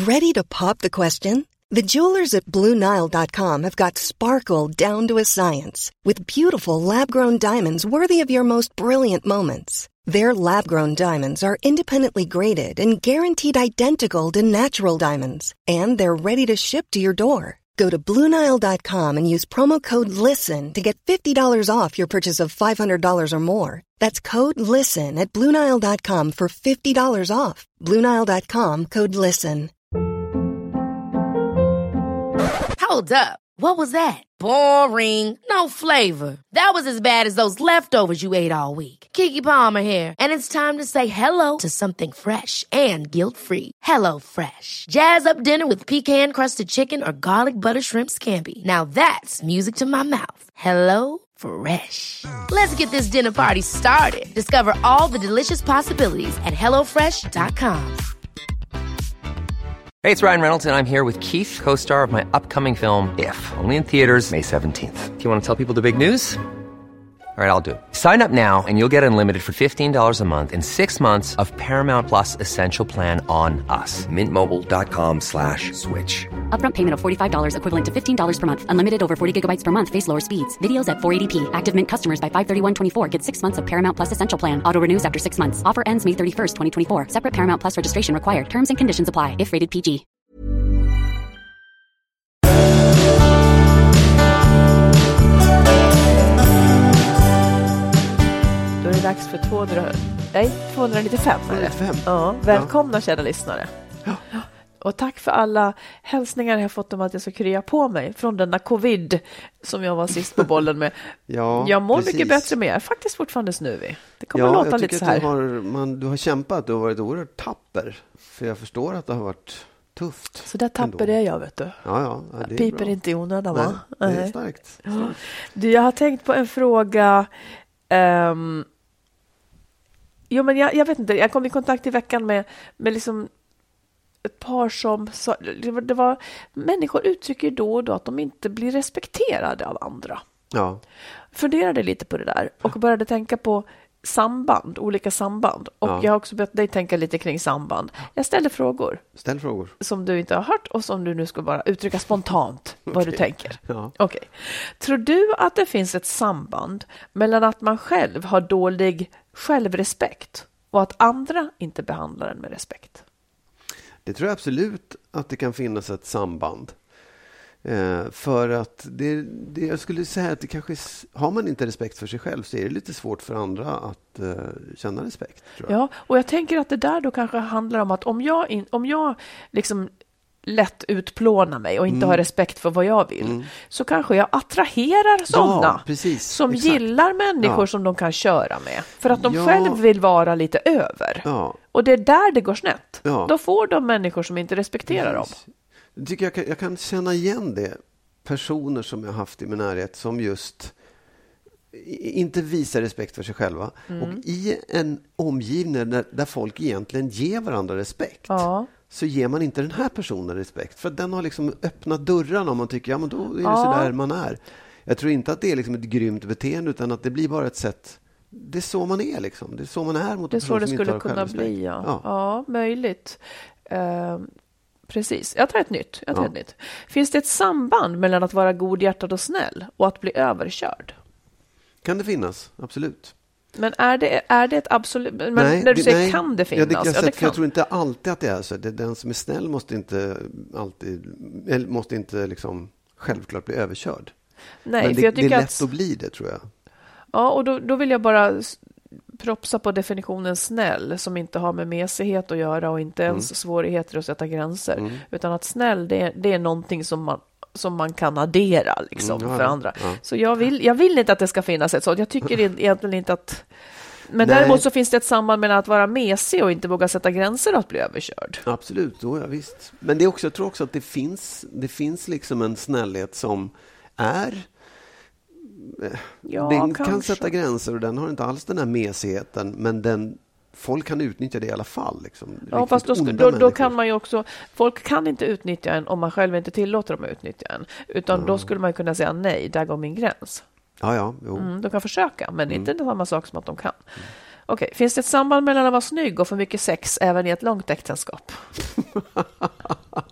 Ready to pop the question? The jewelers at BlueNile.com have got sparkle down to a science with beautiful lab-grown diamonds worthy of your most brilliant moments. Their lab-grown diamonds are independently graded and guaranteed identical to natural diamonds, and they're ready to ship to your door. Go to BlueNile.com and use promo code LISTEN to get $50 off your purchase of $500 or more. That's code LISTEN at BlueNile.com for $50 off. BlueNile.com, code LISTEN. Hold up. What was that? Boring. No flavor. That was as bad as those leftovers you ate all week. Keke Palmer here. And it's time to say hello to something fresh and guilt-free. Hello Fresh. Jazz up dinner with pecan-crusted chicken or garlic butter shrimp scampi. Now that's music to my mouth. Hello Fresh. Let's get this dinner party started. Discover all the delicious possibilities at HelloFresh.com. Hey, it's Ryan Reynolds, and I'm here with Keith, co-star of my upcoming film, If, only in theaters May 17th. Do you want to tell people the big news? All right, I'll do it. Sign up now and you'll get unlimited for $15 a month and 6 months of Paramount Plus Essential Plan on us. MintMobile.com/switch. Upfront payment of $45 equivalent to $15 per month. Unlimited over 40 gigabytes per month. Face lower speeds. Videos at 480p. Active Mint customers by 531.24 get 6 months of Paramount Plus Essential Plan. Auto renews after 6 months. Offer ends May 31st, 2024. Separate Paramount Plus registration required. Terms and conditions apply if rated PG. Då är det dags för 295. 295. Ja, välkomna kära lyssnare. Ja. Och tack för alla hälsningar jag har fått om att jag ska krya på mig från denna covid som jag var sist på bollen med. Ja, jag mår precis. mycket bättre med. Jag är faktiskt fortfarande snuvig. Det kommer att låta lite så här. Du har kämpat, du har varit oerhört tapper. För jag förstår att det har varit tufft. Så där tapper är jag, vet du. Ja, det är piper bra. Inte i onödan, va? Nej, det är starkt. Du, jag har tänkt på en fråga. Men jag vet inte. Jag kom i kontakt i veckan med liksom ett par som sa, det var människor uttrycker då och då att de inte blir respekterade av andra. Ja. Funderade lite på det där och började tänka på samband, olika samband. Och jag har också bett dig tänka lite kring samband. Jag ställde frågor. Ställ frågor. Som du inte har hört och som du nu ska bara uttrycka spontant vad du tänker. Ja. Okej. Tror du att det finns ett samband mellan att man själv har dålig självrespekt och att andra inte behandlar en med respekt? Det tror jag absolut att det kan finnas ett samband. För att jag skulle säga att det kanske har man inte respekt för sig själv så är det lite svårt för andra att känna respekt. Tror jag. Ja, och jag tänker att det där då kanske handlar om att om jag liksom lätt utplånar mig och inte har respekt för vad jag vill så kanske jag attraherar sådana som gillar människor som de kan köra med för att de själv vill vara lite över. Ja. Och det är där det går snett. Ja. Då får de människor som inte respekterar dem. Jag tycker jag kan känna igen det. Personer som jag har haft i min närhet som just inte visar respekt för sig själva. Och i en omgivning där folk egentligen ger varandra respekt så ger man inte den här personen respekt. För den har liksom öppnat dörrarna och man tycker men då är det så där man är. Jag tror inte att det är liksom ett grymt beteende utan att det blir bara ett sätt. Det är så man är liksom. Det är så man är mot en person som inte har självrespekt. Det är så det skulle kunna bli, ja möjligt. Precis. Jag tar ett nytt. Finns det ett samband mellan att vara godhjärtad och snäll och att bli överkörd? Kan det finnas, absolut. Men är det ett absolut... Men när du säger kan det finnas? Jag tror inte alltid att det är så. Den som är snäll måste inte liksom självklart bli överkörd. Nej, men för jag tycker det är lätt att bli det, tror jag. Ja, och då vill jag bara propsa på definitionen snäll som inte har med mesighet att göra och inte ens svårigheter att sätta gränser. Utan att snäll, det är någonting som man kan addera liksom, för andra. Ja. Så jag vill inte att det ska finnas ett sånt. Jag tycker egentligen inte att... Men däremot så finns det ett samband mellan att vara mesig och inte våga sätta gränser och att bli överkörd. Absolut, visst. Men det är också, jag tror också att det finns liksom en snällhet som är... den kan sätta gränser och den har inte alls den här mesigheten, men folk kan utnyttja det i alla fall. Liksom. Ja, fast då kan man ju också... Folk kan inte utnyttja en om man själv inte tillåter dem att utnyttja en. Utan då skulle man kunna säga nej, där går min gräns. De kan försöka, men inte samma sak som att de kan. Okej, finns det ett samband mellan att vara snygg och för mycket sex även i ett långt äktenskap?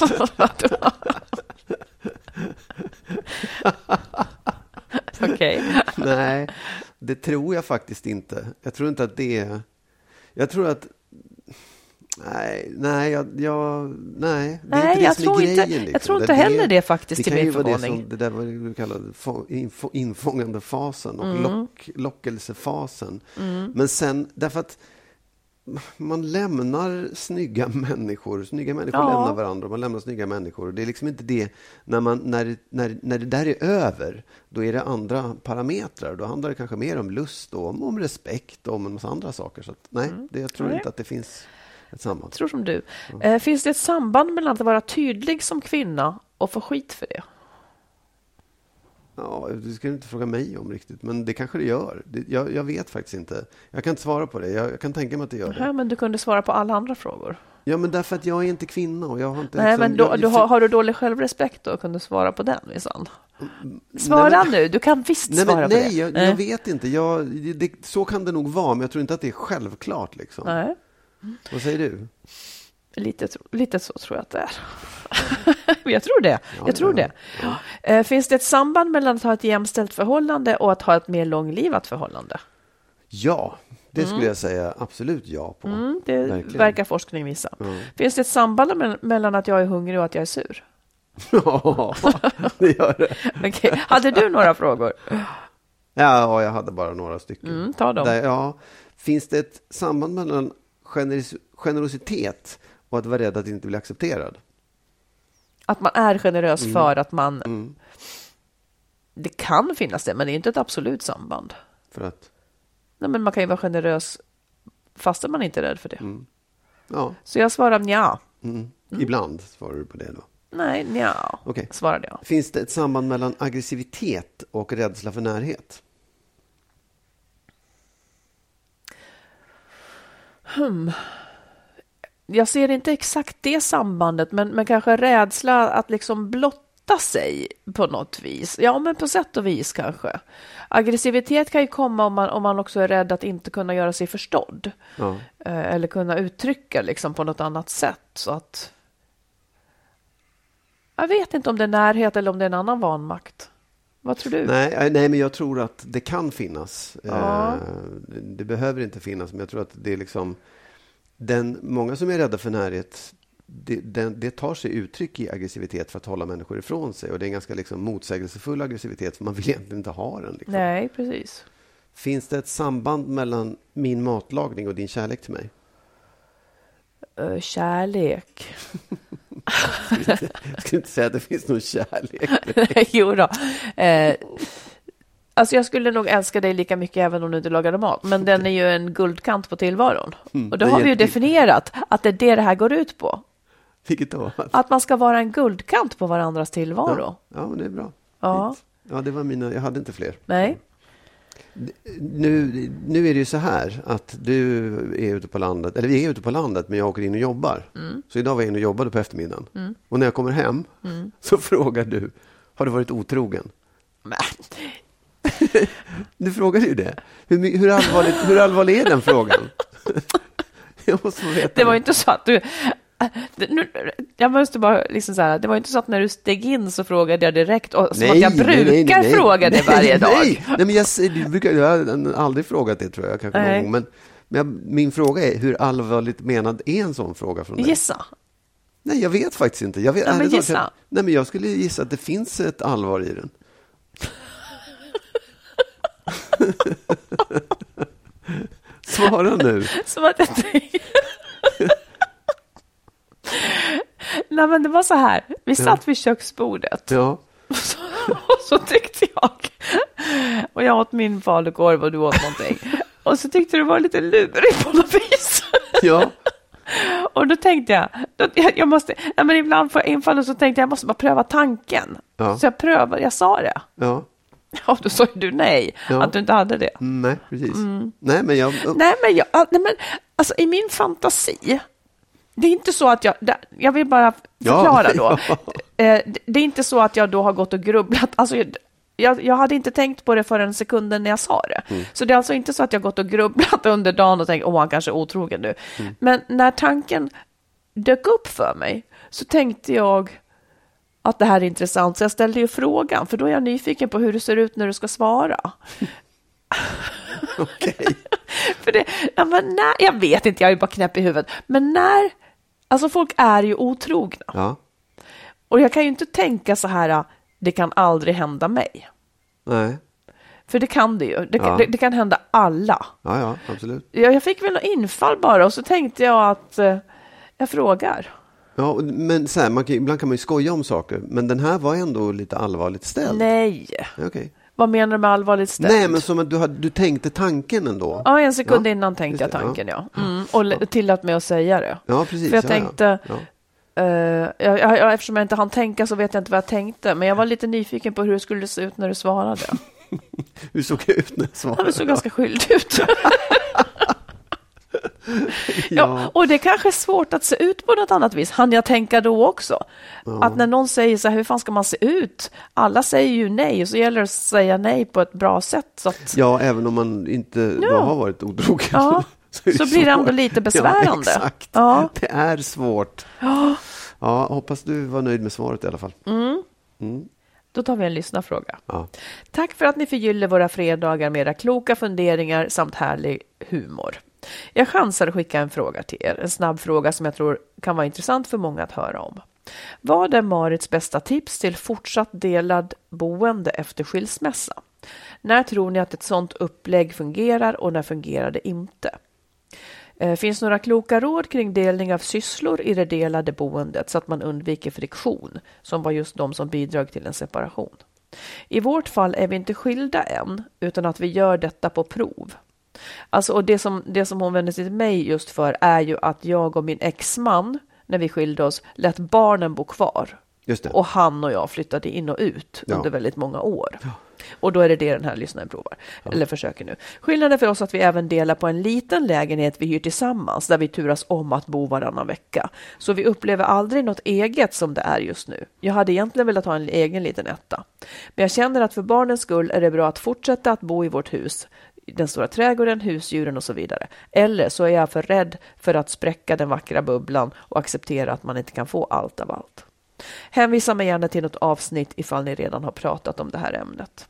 Okej. Nej, det tror jag faktiskt inte. Jag tror inte att det är... Jag tror att... Nej, det är inte det som är grejen. Liksom. Jag tror inte heller det faktiskt till min förvåning. Det där var det du kallade infångande fasen och lockelsefasen. Men sen, därför att man lämnar snygga människor lämnar varandra, man lämnar snygga människor. Det är liksom inte det, när det där är över, då är det andra parametrar. Då handlar det kanske mer om lust och om respekt och om en massa andra saker. Så att, jag tror inte att det finns ett samband. Jag tror som du. Finns det ett samband mellan att vara tydlig som kvinna och få skit för det? Ja, du ska inte fråga mig om riktigt, men det kanske det gör. Jag vet faktiskt inte. Jag kan inte svara på det. Jag kan tänka mig att det gör det. Ja, men du kunde svara på alla andra frågor. Ja, men därför att jag är inte kvinna och jag har inte... Nej, men har du dålig självrespekt då och kunde svara på den, Visan? Svara nu, du kan visst svara på det. Jag vet inte. Så kan det nog vara, men jag tror inte att det är självklart. Liksom. Nej. Vad säger du? Lite så tror jag att det är. Jag tror det. Ja. Finns det ett samband mellan att ha ett jämställt förhållande och att ha ett mer långlivat förhållande? Ja, det skulle jag säga absolut ja på. Det verkligen. Verkar forskning visa. Finns det ett samband mellan att jag är hungrig och att jag är sur? Ja, det gör det. Okay. Hade du några frågor? Ja, jag hade bara några stycken. Ta dem. Finns det ett samband mellan generositet och att vara rädd att inte bli accepterad? Att man är generös för att man... Det kan finnas det, men det är inte ett absolut samband. För att? Nej, men man kan ju vara generös fastän man inte är rädd för det. Ja. Så jag svarar nja. Ibland svarar du på det då? Nej, nja. Okay. Svarade jag. Finns det ett samband mellan aggressivitet och rädsla för närhet? Jag ser inte exakt det sambandet, men kanske rädsla att liksom blotta sig på något vis. Ja, men på sätt och vis kanske. Aggressivitet kan ju komma om man också är rädd att inte kunna göra sig förstådd. Ja. Eller kunna uttrycka liksom på något annat sätt. Så att... Jag vet inte om det är närhet eller om det är en annan vanmakt. Vad tror du? Nej, men jag tror att det kan finnas. Ja. Det behöver inte finnas, men jag tror att det är liksom... Många som är rädda för närhet, det tar sig uttryck i aggressivitet för att hålla människor ifrån sig. Och det är en ganska liksom motsägelsefull aggressivitet, för man vill egentligen inte ha den. Liksom. Nej, precis. Finns det ett samband mellan min matlagning och din kärlek till mig? Kärlek? Jag skulle inte säga att det finns någon kärlek. Jo då. Alltså jag skulle nog älska dig lika mycket även om du inte lagade mat. Men den är ju en guldkant på tillvaron. Och då har vi ju definierat att det är det här går ut på. Vilket då? Att man ska vara en guldkant på varandras tillvaro. Ja, men det är bra. Ja. Ja, det var jag hade inte fler. Nej. Nu är det ju så här att du är ute på landet, eller vi är ute på landet, men jag åker in och jobbar. Så idag var jag inne och jobbade på eftermiddagen. Och när jag kommer hem så frågar du, har du varit otrogen? Nej. Du frågade ju det. Hur allvarlig är den frågan? Jag måste få veta. Det var inte så att du... Jag måste bara liksom så här, det var inte så att när du steg in så frågade jag direkt och som att jag brukar fråga det varje dag. Nej, men jag har aldrig frågat det, tror jag kanske någon gång, men min fråga är, hur allvarligt menad är en sån fråga från dig? Gissa. Nej, jag vet faktiskt inte. Men jag skulle gissa att det finns ett allvar i den. Svara nu. Som att jag Nej, men det var så här. Vi satt vid köksbordet. Ja. Och så tyckte jag. Och jag åt min falukorv och du åt någonting. Och så tyckte du var lite lurig på något vis. Ja. Och då tänkte jag måste, men ibland får jag infall och så tänkte jag måste bara pröva tanken. Ja. Så jag sa det. Ja. Ja, då sa du nej, att du inte hade det. Nej, precis. Nej, men alltså i min fantasi, det är inte så att jag vill bara förklara då. Det är inte så att jag då har gått och grubblat. Alltså jag hade inte tänkt på det för en sekund när jag sa det. Så det är alltså inte så att jag gått och grubblat under dagen och tänkt, han kanske är otrogen nu. Men när tanken dök upp för mig så tänkte jag att det här är intressant. Så jag ställde ju frågan, för då är jag nyfiken på hur det ser ut när du ska svara. Okej. För det, ja, men när, jag vet inte, jag är bara knäpp i huvudet. Men när, alltså folk är ju otrogna. Ja. Och jag kan ju inte tänka så här, det kan aldrig hända mig. Nej. För det kan det ju. Det kan hända alla. Ja, absolut. Jag fick väl något infall bara och så tänkte jag att jag frågar. Ja, men så här, ibland kan man ju skoja om saker. Men den här var ändå lite allvarligt ställd. Nej. Okej. Vad menar du med allvarligt ställd? Nej, men som att du tänkte tanken ändå. Ja, en sekund innan tänkte jag tanken, ja. Och tillät mig att säga det. Ja, precis. För jag tänkte... eftersom jag inte hann tänka så vet jag inte vad jag tänkte. Men jag var lite nyfiken på hur det skulle se ut när du svarade. Hur såg jag ut när jag svarade? Ja, du såg ganska skyldig ut. Ja, och det är kanske svårt att se ut på något annat vis. Han jag tänka då också. Ja. Att när någon säger så här, hur fan ska man se ut? Alla säger ju nej och så gäller det att säga nej på ett bra sätt. Så att... Ja, även om man inte har varit otrogen. Ja, så blir det ändå lite besvärande. Ja, exakt. Ja. Det är svårt. Ja, hoppas du var nöjd med svaret i alla fall. Då tar vi en lyssnarfråga. Ja. Tack för att ni förgyller våra fredagar med era kloka funderingar samt härlig humor. Jag chansar att skicka en fråga till er. En snabb fråga som jag tror kan vara intressant för många att höra om. Vad är Marits bästa tips till fortsatt delad boende efter skilsmässa? När tror ni att ett sådant upplägg fungerar och när fungerar det inte? Finns några kloka råd kring delning av sysslor i det delade boendet så att man undviker friktion, som var just de som bidrog till en separation? I vårt fall är vi inte skilda än, utan att vi gör detta på prov. Alltså, och det som hon vänder sig till mig just för är ju att jag och min exman, när vi skilde oss, lät barnen bo kvar. Just det. Och han och jag flyttade in och ut under väldigt många år. Ja. Och då är det den här lyssnaren provar. Ja. Eller försöker nu. Skillnaden för oss är att vi även delar på en liten lägenhet vi hyr tillsammans. Där vi turas om att bo varannan vecka. Så vi upplever aldrig något eget som det är just nu. Jag hade egentligen velat ha en egen liten etta. Men jag känner att för barnens skull är det bra att fortsätta att bo i vårt hus. Den stora trädgården, husdjuren och så vidare. Eller så är jag för rädd för att spräcka den vackra bubblan och acceptera att man inte kan få allt av allt. Hänvisa mig gärna till något avsnitt ifall ni redan har pratat om det här ämnet.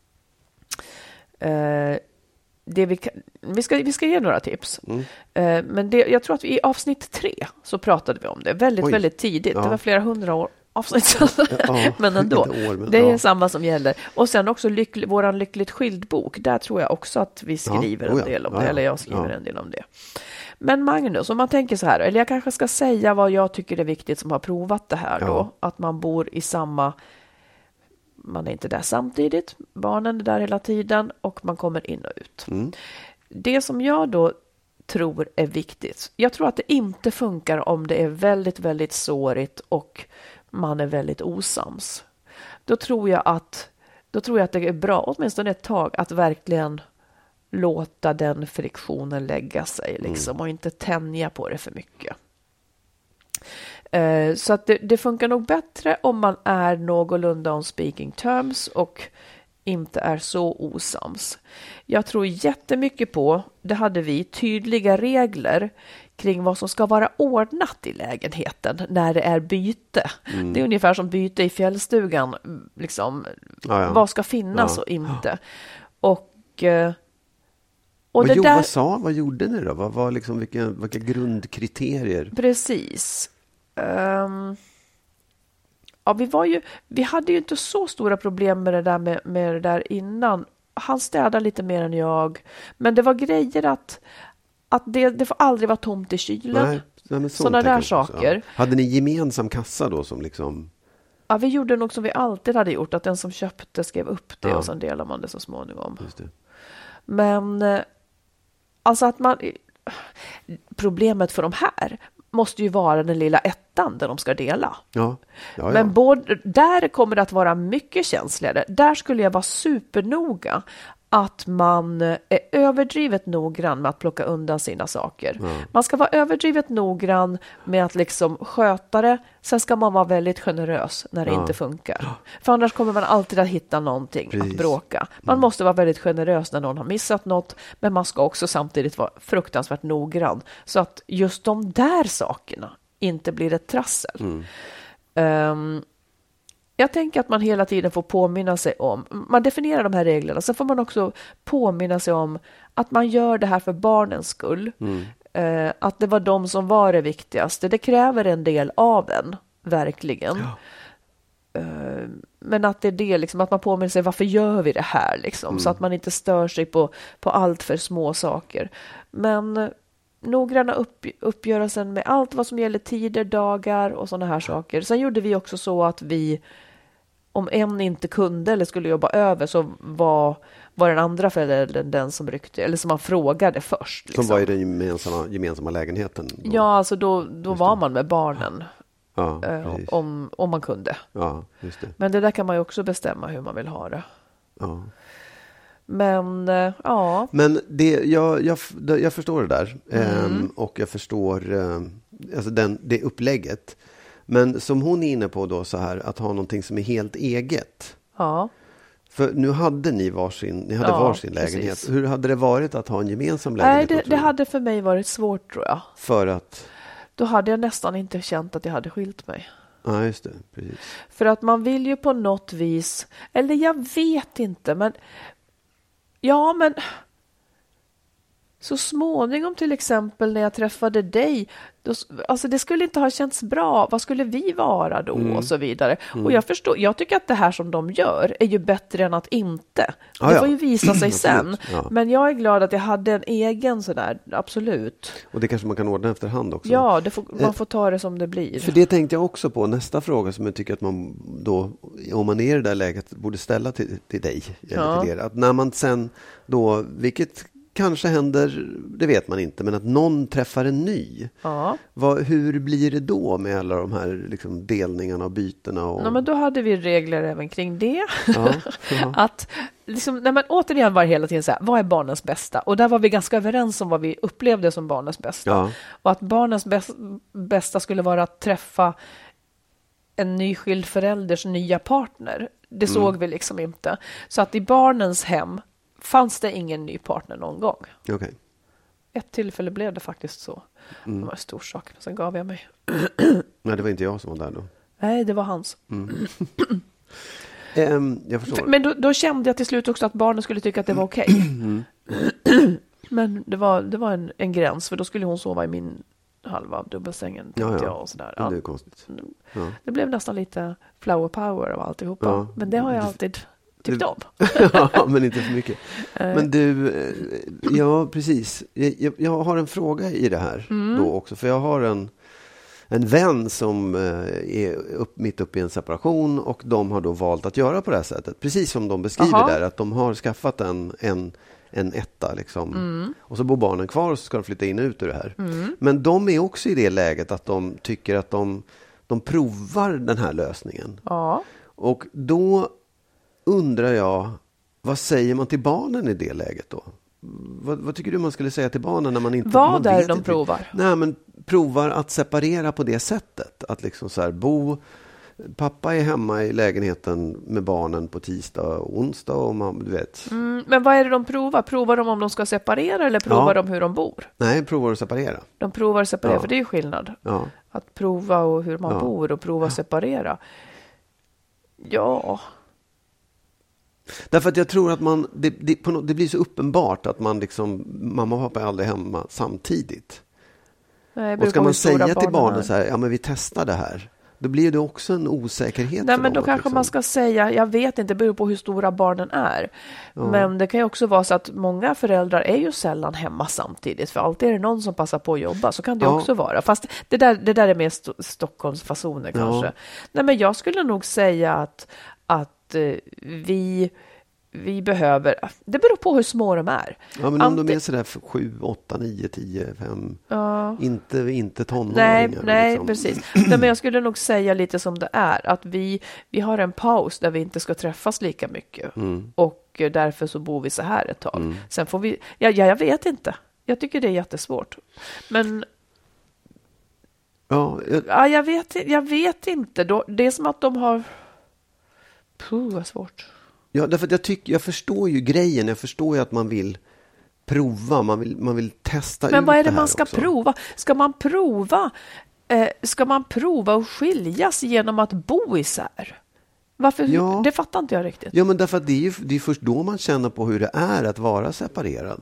Vi ska ge några tips. Men jag tror att i avsnitt 3 så pratade vi om det väldigt tidigt. Ja. Det var flera 100 år avsnitt. Men ändå, det är samma som gäller. Och sen också våran lyckligt skild bok. Där tror jag också att vi skriver en del om det. Eller jag skriver en del om det. Men Magnus, om man tänker så här, eller jag kanske ska säga vad jag tycker är viktigt som har provat det här då. Att man bor i samma, man är inte där samtidigt, barnen är där hela tiden och man kommer in och ut. Det som jag då tror är viktigt, jag tror att det inte funkar om det är väldigt, väldigt sårigt och man är väldigt osams. Då tror jag att det är bra, åtminstone ett tag, att verkligen låta den friktionen lägga sig liksom, och inte tänja på det för mycket. Så att det funkar nog bättre om man är någorlunda on speaking terms och inte är så osams. Jag tror jättemycket på, det hade vi, tydliga regler kring vad som ska vara ordnat i lägenheten när det är byte. Det är ungefär som byte i fjällstugan. Liksom, vad ska finnas och inte. Och vad gjorde ni då? Vad var liksom, vilka grundkriterier? Precis. Vi hade ju inte så stora problem med det där innan. Han städade lite mer än jag. Men det var grejer att det får aldrig vara tomt i kylen. Nej, sådana där saker. Ja. Hade ni gemensam kassa då som liksom... Ja, vi gjorde nog som vi alltid hade gjort. Att den som köpte skrev upp det och sen delar man det så småningom. Just det. Men alltså att problemet för de här måste ju vara den lilla ettan där de ska dela. Ja. Men där kommer det att vara mycket känsligare. Där skulle jag vara supernoga att man är överdrivet noggrann med att plocka undan sina saker. Man ska vara överdrivet noggrann med att liksom sköta det. Sen ska man vara väldigt generös när det inte funkar. För annars kommer man alltid att hitta någonting att bråka. Man måste vara väldigt generös när någon har missat något. Men man ska också samtidigt vara fruktansvärt noggrann. Så att just de där sakerna inte blir ett trassel. Jag tänker att man hela tiden får påminna sig om, man definierar de här reglerna, så får man också påminna sig om att man gör det här för barnens skull. Att det var de som var det viktigaste. Det kräver en del av en, verkligen. Men att det är det, liksom, att man påminner sig, varför gör vi det här? Liksom, så att man inte stör sig på allt för små saker. Men noggranna uppgörelsen med allt vad som gäller tider, dagar och sådana här saker. Sen gjorde vi också så att vi, om en inte kunde eller skulle jobba över, så var den andra föräldern den som ryckte, eller som man frågade först. Liksom. Som var i den gemensamma lägenheten? Då. Ja, alltså då var man med barnen. Ja, om man kunde. Ja, just det. Men det där kan man ju också bestämma hur man vill ha det. Ja. Men ja. Men jag förstår det där. Och jag förstår alltså det upplägget. Men som hon är inne på då, så här, att ha någonting som är helt eget. Ja. För nu hade ni varsin lägenhet. Precis. Hur hade det varit att ha en gemensam lägenhet? Nej, det hade för mig varit svårt, tror jag. För att? Då hade jag nästan inte känt att jag hade skilt mig. Ja, just det. Precis. För att man vill ju på något vis, eller jag vet inte, men så småningom, till exempel när jag träffade dig, alltså det skulle inte ha känts bra. Vad skulle vi vara då? Och så vidare. Och jag tycker att det här som de gör är ju bättre än att inte. Det får ju visa sig sen. Ja. Men jag är glad att jag hade en egen sådär, absolut. Och det kanske man kan ordna efterhand också. Ja, man får ta det som det blir. För det tänkte jag också på. Nästa fråga som jag tycker att man då, om man är i det där läget, borde ställa till dig. Eller till er. Att när man sen då, vilket kanske händer, det vet man inte, men att någon träffar en ny. Ja. Hur blir det då med alla de här liksom, delningarna och bytena? Och... men då hade vi regler även kring det. Ja. Att liksom, återigen var det hela tiden så här, vad är barnens bästa? Och där var vi ganska överens om vad vi upplevde som barnens bästa. Ja. Och att barnens bästa skulle vara att träffa en nyskild förälders nya partner. Det såg vi liksom inte. Så att i barnens hem fanns det ingen ny partner någon gång. Okay. Ett tillfälle blev det faktiskt så. Det var en stor sak. Sen gav jag mig. Nej, det var inte jag som var där då. Nej, det var hans. Jag förstår. Men då kände jag till slut också att barnen skulle tycka att det var okej. Men det var en gräns. För då skulle hon sova i min halva av dubbelsängen. Jag och sådär. Ja, det är konstigt. Ja. Det blev nästan lite flower power av alltihopa. Ja. Men det har jag alltid tyckt om. Ja, men inte för mycket. Men du, ja precis. Jag har en fråga i det här då också. För jag har en vän som är mitt uppe i en separation, och de har då valt att göra på det här sättet. Precis som de beskriver där, att de har skaffat en etta liksom. Och så bor barnen kvar och så ska de flytta in och ut ur det här. Men de är också i det läget att de tycker att de provar den här lösningen. Ja. Och då undrar jag, vad säger man till barnen i det läget då? Vad tycker du man skulle säga till barnen när man inte... Vad är det de provar? Nej, men provar att separera på det sättet. Att liksom så här, pappa är hemma i lägenheten med barnen på tisdag och onsdag och du vet. Men vad är det de provar? Provar de om de ska separera eller provar de hur de bor? Nej, provar att separera. De provar att separera, för det är ju skillnad. Ja. Att prova och hur man bor och prova att separera. Ja... Därför att jag tror att det blir så uppenbart att man liksom, mamma och pappa är aldrig hemma samtidigt. Nej, och ska man säga till barnen så här, ja men vi testar det här. Då blir det också en osäkerhet. Nej, men då kanske man ska säga, jag vet inte, det beror på hur stora barnen är. Ja. Men det kan ju också vara så att många föräldrar är ju sällan hemma samtidigt. För alltid är det någon som passar på att jobba. Så kan det också vara. Fast det där är mer Stockholmsfasoner kanske. Nej, men jag skulle nog säga att vi behöver, det beror på hur små de är. Ja, men om de är sådär 7, 8, 9, 10, 5 inte tonåringar. Nej, liksom. Precis. Nej, men jag skulle nog säga lite som det är, att vi har en paus där vi inte ska träffas lika mycket. Och därför så bor vi så här ett tag. Sen får vi, jag vet inte. Jag tycker det är jättesvårt. Men jag vet inte. Det är som att de har... vad svårt. Ja, därför att jag förstår ju grejen. Jag förstår ju att man vill prova. Man vill testa. Men ut vad är det här man ska också. prova? Ska man prova ska man prova att skiljas genom att bo isär? Varför? Ja. Det fattar inte jag riktigt. Ja, men därför att det är först då man känner på hur det är att vara separerad.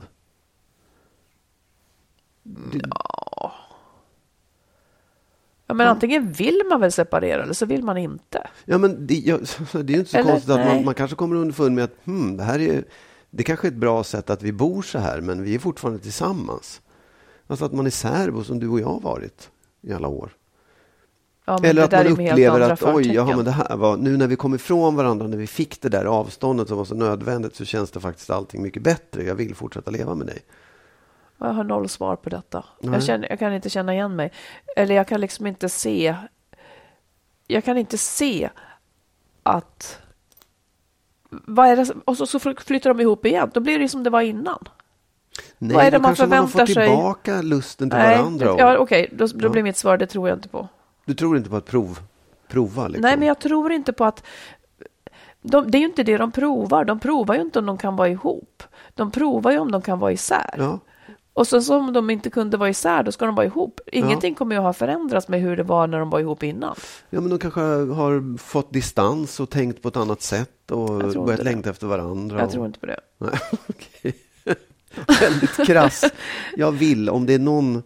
Ja, men antingen vill man väl separera eller så vill man inte. Ja, men det är ju inte så konstigt att man kanske kommer underfund med att det kanske är ett bra sätt att vi bor så här, men vi är fortfarande tillsammans. Alltså att man är särbo som du och jag har varit i alla år. Ja, eller att man upplever att men det här var, nu när vi kom ifrån varandra, när vi fick det där avståndet som var så nödvändigt, så känns det faktiskt allting mycket bättre. Jag vill fortsätta leva med dig. Jag har noll svar på detta. Jag kan inte känna igen mig. Eller jag kan liksom inte se. Jag kan inte se att. Vad är det? Och så flyttar de ihop igen. Då blir det som det var innan. Nej, vad är det man förväntar sig? Man får tillbaka lusten till varandra. Ja, okej. Då blir mitt svar, det tror jag inte på. Du tror inte på att prova? Liksom. Nej, men jag tror inte på att. Det är ju inte det de provar. De provar ju inte om de kan vara ihop. De provar ju om de kan vara isär. Ja. Och så som de inte kunde vara isär, då ska de vara ihop. Ingenting kommer ju ha förändrats med hur det var när de var ihop innan. Ja, men de kanske har fått distans och tänkt på ett annat sätt och börjat längta efter varandra. Jag tror inte på det. Nej, okej. Väldigt krass. Jag vill, om det är någon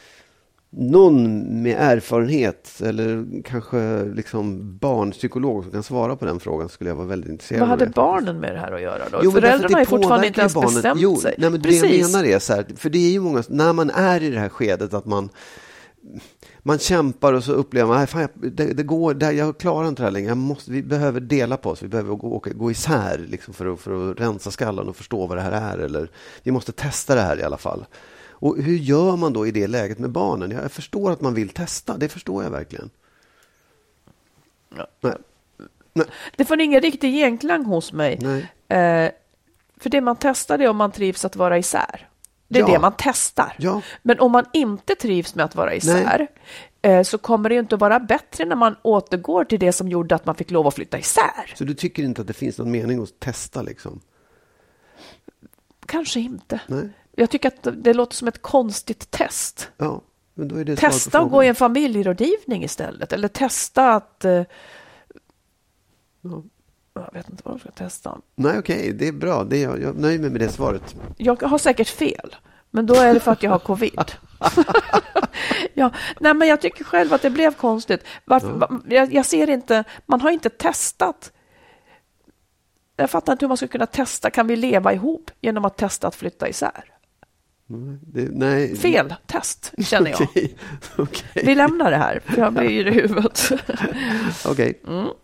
med erfarenhet eller kanske liksom barnpsykolog som kan svara på den frågan, skulle jag vara väldigt intresserad. Vad hade av det, barnen med det här att göra då? Jo, föräldrarna är fortfarande inte ens bestämt sig. Nej, men det jag menar är så här, för det är ju många, när man är i det här skedet att man kämpar och så upplever man, det går, jag klarar inte det här längre. Vi behöver dela på oss. Vi behöver gå isär liksom för att rensa skallen och förstå vad det här är. Eller vi måste testa det här i alla fall. Och hur gör man då i det läget med barnen? Jag förstår att man vill testa. Det förstår jag verkligen. Ja. Nej. Det får ingen riktig genklang hos mig. För det man testar är om man trivs att vara isär. Det är det man testar. Ja. Men om man inte trivs med att vara isär så kommer det ju inte att vara bättre när man återgår till det som gjorde att man fick lov att flytta isär. Så du tycker inte att det finns någon mening att testa liksom? Kanske inte. Nej. Jag tycker att det låter som ett konstigt test. Ja, men då är det testa att gå i en familjerådgivning istället. Eller testa att... Jag vet inte vad de ska testa. Nej, okej. Det är bra. Jag nöjer mig med det svaret. Jag har säkert fel. Men då är det för att jag har covid. Nej, men jag tycker själv att det blev konstigt. Jag ser inte... Man har inte testat... Jag fattar inte hur man ska kunna testa. Kan vi leva ihop genom att testa att flytta isär? Nej. Fel test, känner jag. Okay. Vi lämnar det här, för jag blir i huvudet. Okej.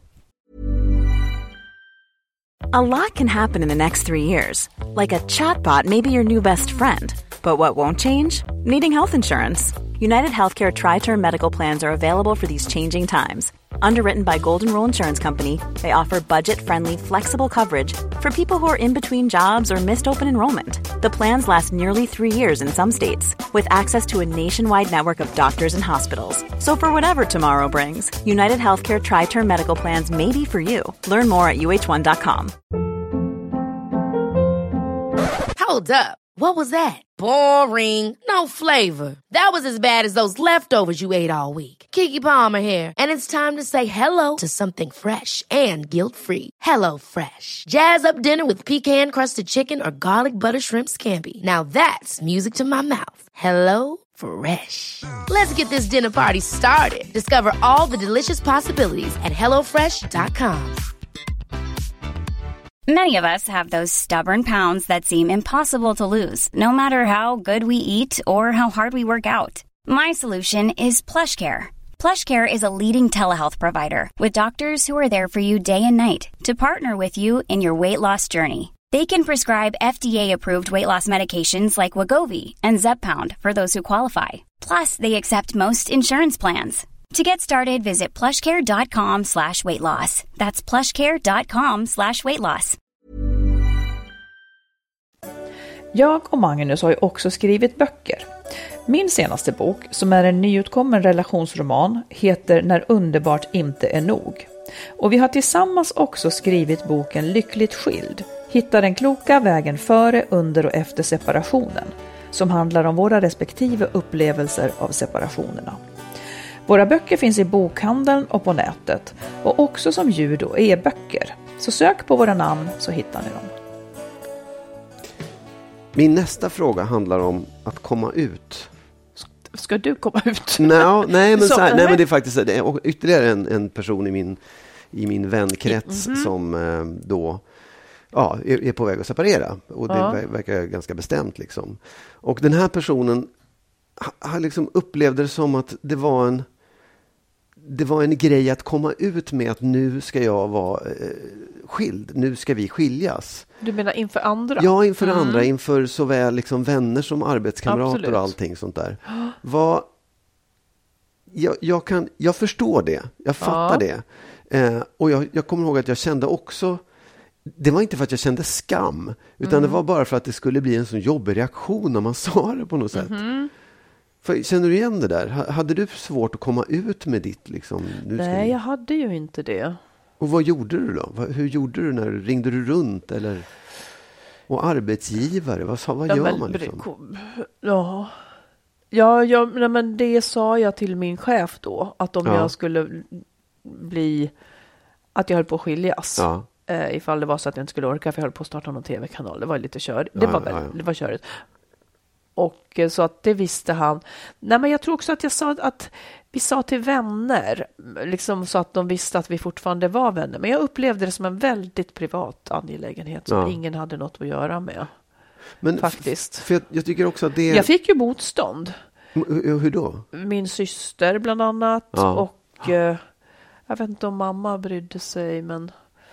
A lot can happen in the next 3 years. Like a chatbot may be your new best friend. But what won't change? Needing health insurance. United Healthcare Tri-Term Medical Plans are available for these changing times. Underwritten by Golden Rule Insurance Company, they offer budget-friendly, flexible coverage for people who are in between jobs or missed open enrollment. The plans last nearly 3 years in some states, with access to a nationwide network of doctors and hospitals. So for whatever tomorrow brings, United Healthcare Tri-Term Medical Plans may be for you. Learn more at uh1.com. Hold up. What was that? Boring. No flavor. That was as bad as those leftovers you ate all week. Keke Palmer here, and it's time to say hello to something fresh and guilt-free. Hello Fresh. Jazz up dinner with pecan-crusted chicken or garlic butter shrimp scampi. Now that's music to my mouth. Hello Fresh. Let's get this dinner party started. Discover all the delicious possibilities at hellofresh.com. Many of us have those stubborn pounds that seem impossible to lose, no matter how good we eat or how hard we work out. My solution is PlushCare. PlushCare is a leading telehealth provider with doctors who are there for you day and night to partner with you in your weight loss journey. They can prescribe FDA-approved weight loss medications like Wegovy and Zepbound for those who qualify. Plus, they accept most insurance plans. To get started, visit plushcare.com/weightloss. That's plushcare.com/weightloss. Jag och Magnus har ju också skrivit böcker. Min senaste bok, som är en nyutkommen relationsroman, heter När underbart inte är nog. Och vi har tillsammans också skrivit boken Lyckligt skild. Hitta den kloka vägen före, under och efter separationen, som handlar om våra respektive upplevelser av separationerna. Våra böcker finns i bokhandeln och på nätet och också som ljud- och e-böcker. Så sök på våra namn så hittar ni dem. Min nästa fråga handlar om att komma ut. Ska du komma ut? Nej, men det är faktiskt det är ytterligare en person i min vänkrets som då är på väg att separera. Och det verkar ganska bestämt liksom. Och den här personen har liksom upplevde det som att det var en grej att komma ut med att nu ska jag vara skild. Nu ska vi skiljas. Du menar inför andra? Ja, inför andra. Inför såväl liksom vänner som arbetskamrater. Absolut. Och allting sånt där. Jag förstår det. Jag fattar det. Och jag kommer ihåg att jag kände också, det var inte för att jag kände skam, utan det var bara för att det skulle bli en sån jobbig reaktion när man sa det på något sätt. För, känner du igen det där? Hade du svårt att komma ut med ditt liksom? Nej, jag hade ju inte det. Och vad gjorde du då? Hur gjorde du när ringde du runt eller? Och arbetsgivare, vad gör man liksom? Men det sa jag till min chef då, att om jag skulle att jag höll på att skiljas. Ifall det var så att jag inte skulle orka, för jag höll på att starta någon tv-kanal. Det var lite körigt. Det var körigt. Och så att det visste han. Nej, men jag tror också att jag sa att vi sa till vänner, liksom, så att de visste att vi fortfarande var vänner. Men jag upplevde det som en väldigt privat angelägenhet som ingen hade något att göra med. Men faktiskt. För jag tycker också att jag fick ju motstånd. Hur då? Min syster bland annat. Och jag vet inte om mamma brydde sig, men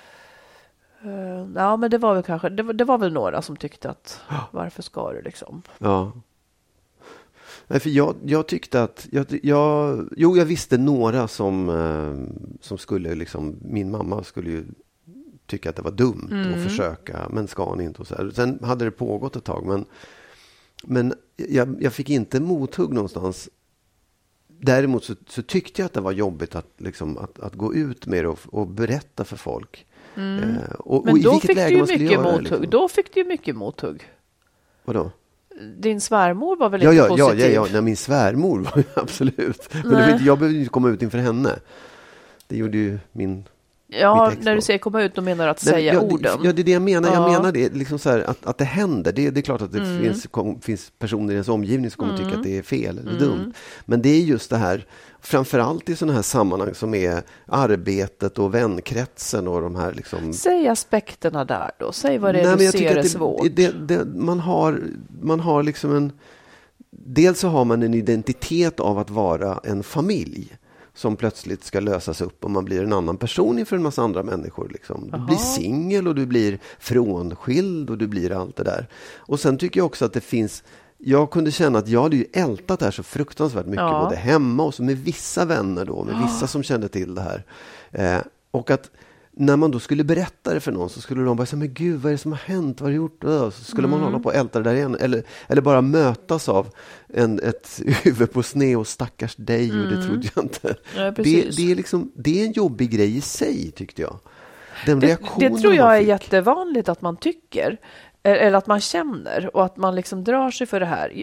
men det var väl kanske det var väl några som tyckte att varför ska du liksom? Ja. Nej, för jag tyckte att jag visste några som skulle liksom, min mamma skulle ju tycka att det var dumt att försöka, men ska hon inte och så här. Sen hade det pågått ett tag, men jag fick inte mothugg någonstans. Däremot så tyckte jag att det var jobbigt att gå ut med det och berätta för folk. Men då fick du ju mycket mothugg. Liksom. Då fick du ju mycket mothugg. Vadå? Din svärmor var väl inte positiv? Ja, min svärmor var ju absolut. Men jag behövde inte komma ut inför henne. Det gjorde ju min... Ja, när du säger komma ut, då menar du att säga orden. Ja, det är det jag menar. Jag menar det liksom så här, att det händer. Det är klart att det finns personer i ens omgivning som kommer tycka att det är fel eller dumt. Men det är just det här, framförallt i sådana här sammanhang som är arbetet och vänkretsen och de här liksom... Säg aspekterna där då. Säg vad det är du ser är svårt. Man har liksom en... Dels så har man en identitet av att vara en familj som plötsligt ska lösas upp och man blir en annan person inför en massa andra människor. Liksom. Du blir singel och du blir frånskild och du blir allt det där. Och sen tycker jag också att det finns... Jag kunde känna att jag hade ju ältat det här så fruktansvärt mycket, både hemma och så med vissa vänner då, med vissa som kände till det här. Och att när man då skulle berätta det för någon så skulle de bara säga, men gud, vad är det som har hänt? Vad har du gjort? Så skulle man hålla på och älta det där igen. Eller bara mötas av ett huvud på sned och stackars dig, och det trodde jag inte. Ja, det är en jobbig grej i sig, tyckte jag. Det tror jag är jättevanligt att man tycker, eller att man känner, och att man liksom drar sig för det här.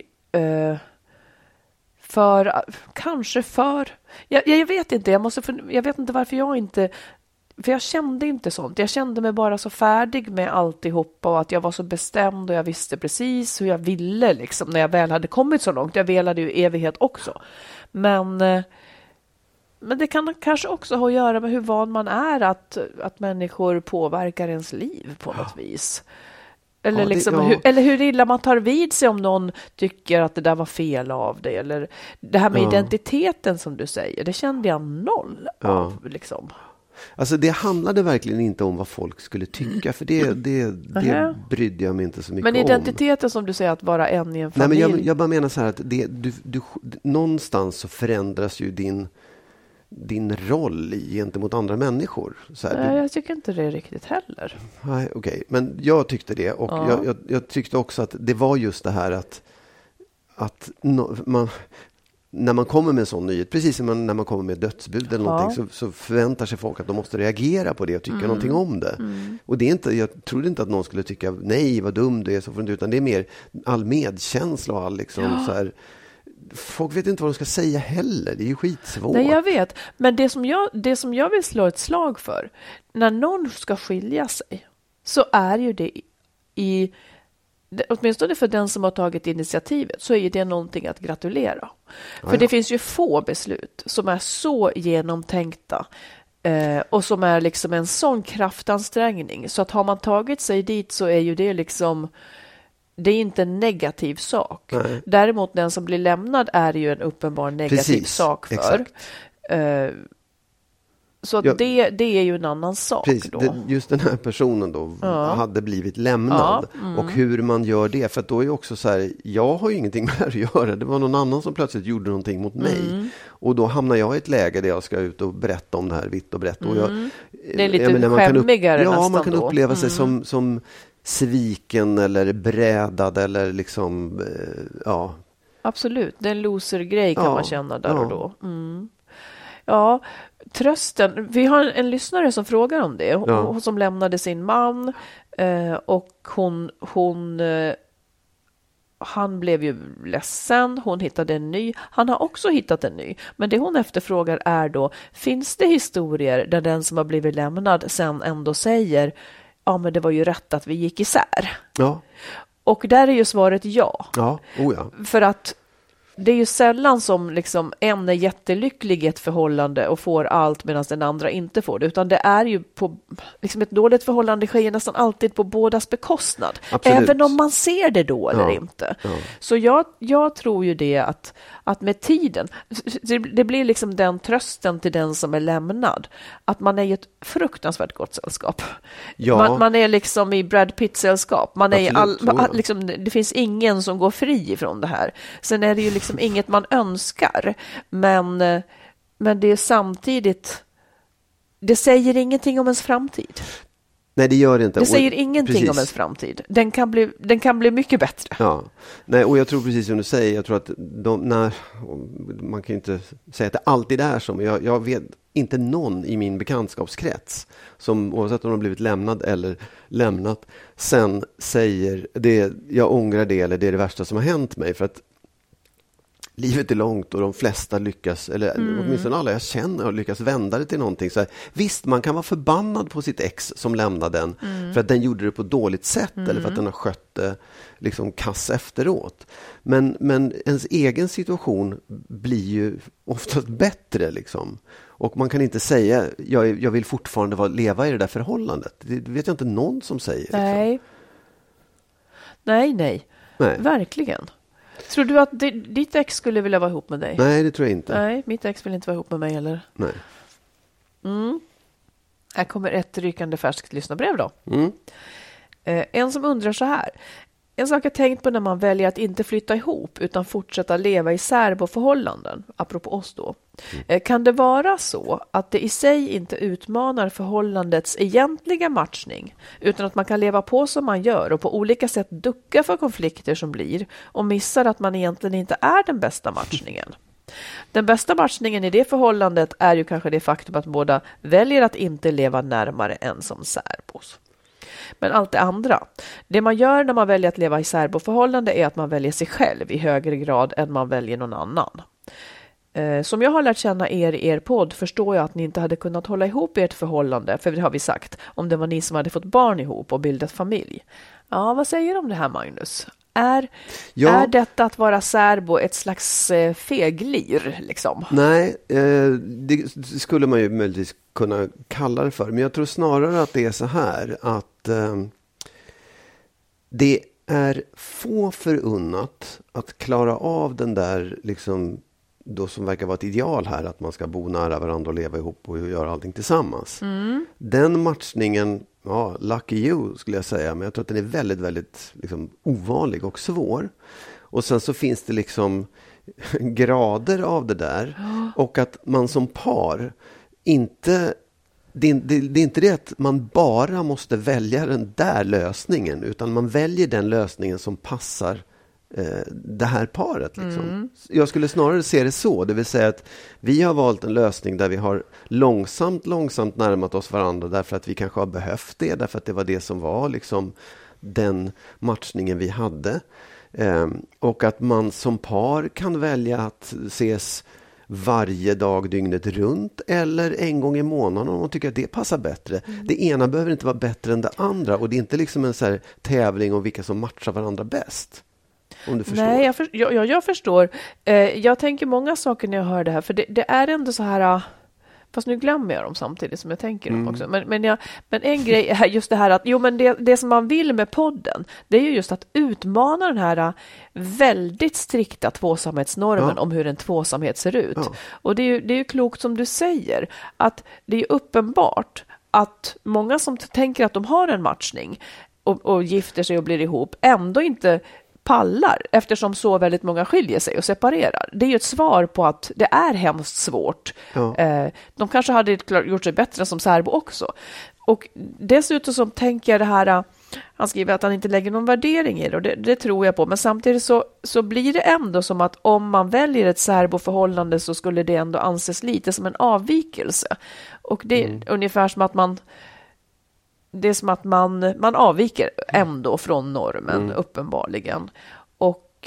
Jag vet inte, jag vet inte varför jag inte... För jag kände inte sånt. Jag kände mig bara så färdig med alltihopa, och att jag var så bestämd och jag visste precis hur jag ville liksom, när jag väl hade kommit så långt. Jag velade ju evighet också. Men det kan kanske också ha att göra med hur van man är att människor påverkar ens liv på något vis. Eller, eller hur illa man tar vid sig om någon tycker att det där var fel av dig. Eller det här med identiteten som du säger, det kände jag noll av liksom. Alltså det handlade verkligen inte om vad folk skulle tycka, för det brydde jag mig inte så mycket om. Men identiteten som du säger, att vara en i en familj. Nej, men jag bara menar så här att någonstans så förändras ju din roll gentemot andra människor. Så här, nej, jag tycker inte det är riktigt heller. Nej, okej. Men jag tyckte det, och jag tyckte också att det var just det här att man... När man kommer med en sån nyhet, precis som när man kommer med dödsbud eller någonting, så förväntar sig folk att de måste reagera på det och tycka någonting om det. Och det är inte, jag trodde inte att någon skulle tycka, nej vad dum du är, så får du inte, utan det är mer all medkänsla och all liksom så här, folk vet inte vad de ska säga heller. Det är ju skitsvårt. Nej, jag vet. Men det som jag vill slå ett slag för, när någon ska skilja sig, så är ju det åtminstone för den som har tagit initiativet, så är ju det någonting att gratulera. För det finns ju få beslut som är så genomtänkta och som är liksom en sån kraftansträngning. Så att har man tagit sig dit, så är ju det liksom, det är inte en negativ sak. Nej. Däremot den som blir lämnad är ju en uppenbar negativ sak för. Så det är ju en annan sak. Då. Just den här personen då hade blivit lämnad. Och hur man gör det. För att då är också så här, jag har ju ingenting med det att göra. Det var någon annan som plötsligt gjorde någonting mot mig. Och då hamnar jag i ett läge där jag ska ut och berätta om det här vitt och brett. Och det är lite skämmigare nästan. Ja, man kan uppleva sig som sviken eller brädad eller liksom, Absolut, det är en loser-grej kan man känna där och då. Ja, trösten. Vi har en lyssnare som frågar om det. Hon som lämnade sin man och han blev ju ledsen. Hon hittade en ny. Han har också hittat en ny. Men det hon efterfrågar är då, finns det historier där den som har blivit lämnad sen ändå säger, ja men det var ju rätt att vi gick isär. Ja. Och där är ju svaret ja. Ja, För att det är ju sällan som liksom en är jättelycklig i ett förhållande och får allt medan den andra inte får det. Utan det är ju på liksom ett dåligt förhållande sker nästan alltid på bådas bekostnad. Absolut. Även om man ser det då eller inte. Ja. Så jag tror ju det att med tiden, det blir liksom den trösten till den som är lämnad. Att man är i ett fruktansvärt gott sällskap. Ja. Man är liksom i Brad Pitt-sällskap. Man är liksom, det finns ingen som går fri från det här. Sen är det ju liksom inget man önskar. Men det är samtidigt, det säger ingenting om ens framtid. Nej, det gör det inte. Det säger ingenting om ens framtid. Den kan bli mycket bättre. Ja. Nej, och jag tror precis som du säger, jag tror att man kan ju inte säga att det alltid är så, men jag vet inte någon i min bekantskapskrets som, oavsett om de har blivit lämnad eller lämnat, sen säger det, jag ångrar det eller det är det värsta som har hänt mig. För att livet är långt och de flesta lyckas, eller åtminstone alla jag känner har lyckats vända det till någonting. Så här, visst, man kan vara förbannad på sitt ex som lämnade den för att den gjorde det på ett dåligt sätt eller för att den har skött det liksom kass efteråt. Men ens egen situation blir ju oftast bättre liksom. Och man kan inte säga, jag vill fortfarande leva i det där förhållandet. Det vet jag inte någon som säger. Nej. Liksom. Nej. Verkligen. Tror du att ditt ex skulle vilja vara ihop med dig? Nej, det tror jag inte. Nej, mitt ex vill inte vara ihop med mig heller. Nej. Här kommer ett rykande färskt lyssnarbrev då. En som undrar så här. En sak jag tänkt på när man väljer att inte flytta ihop utan fortsätta leva i särboförhållanden, apropå oss då. Kan det vara så att det i sig inte utmanar förhållandets egentliga matchning utan att man kan leva på som man gör och på olika sätt ducka för konflikter som blir och missar att man egentligen inte är den bästa matchningen? Den bästa matchningen i det förhållandet är ju kanske det faktum att båda väljer att inte leva närmare än som särbos. Men allt det andra. Det man gör när man väljer att leva i särboförhållande är att man väljer sig själv i högre grad än man väljer någon annan. Som jag har lärt känna er i er podd förstår jag att ni inte hade kunnat hålla ihop ert förhållande, för det har vi sagt, om det var ni som hade fått barn ihop och bildat familj. Ja, vad säger du om det här, Magnus? Är detta att vara särbo ett slags feglir liksom? Nej, det skulle man ju möjligtvis kunna kalla det för. Men jag tror snarare att det är så här att det är få förunnat att klara av den där liksom då som verkar vara ett ideal här, att man ska bo nära varandra och leva ihop och göra allting tillsammans. Den matchningen, ja, lucky you skulle jag säga, men jag tror att den är väldigt, väldigt liksom ovanlig och svår. Och sen så finns det liksom grader av det där och att man som par inte, det är inte det att man bara måste välja den där lösningen, utan man väljer den lösningen som passar det här paret liksom. Jag skulle snarare se det så, det vill säga att vi har valt en lösning där vi har långsamt närmat oss varandra därför att vi kanske har behövt det, därför att det var det som var liksom den matchningen vi hade. Och att man som par kan välja att ses varje dag dygnet runt eller en gång i månaden om man tycker att det passar bättre. Det ena behöver inte vara bättre än det andra och det är inte liksom en så här tävling om vilka som matchar varandra bäst. Om du förstår. Nej, jag förstår. Jag tänker många saker när jag hör det här, för det är ändå så här. Fast nu glömmer jag dem samtidigt som jag tänker dem också. Men en grej är just det här att det som man vill med podden, det är ju just att utmana den här väldigt strikta tvåsamhetsnormen om hur en tvåsamhet ser ut. Ja. Och det är ju klokt som du säger, att det är uppenbart att många som tänker att de har en matchning och gifter sig och blir ihop ändå inte pallar, eftersom så väldigt många skiljer sig och separerar. Det är ju ett svar på att det är hemskt svårt. Ja. De kanske hade gjort sig bättre som särbo också. Och dessutom så tänker jag det här, han skriver att han inte lägger någon värdering i det, och det tror jag på. Men samtidigt så blir det ändå som att om man väljer ett särboförhållande så skulle det ändå anses lite som en avvikelse. Och det är ungefär som att det är som att man avviker ändå från normen, uppenbarligen. Och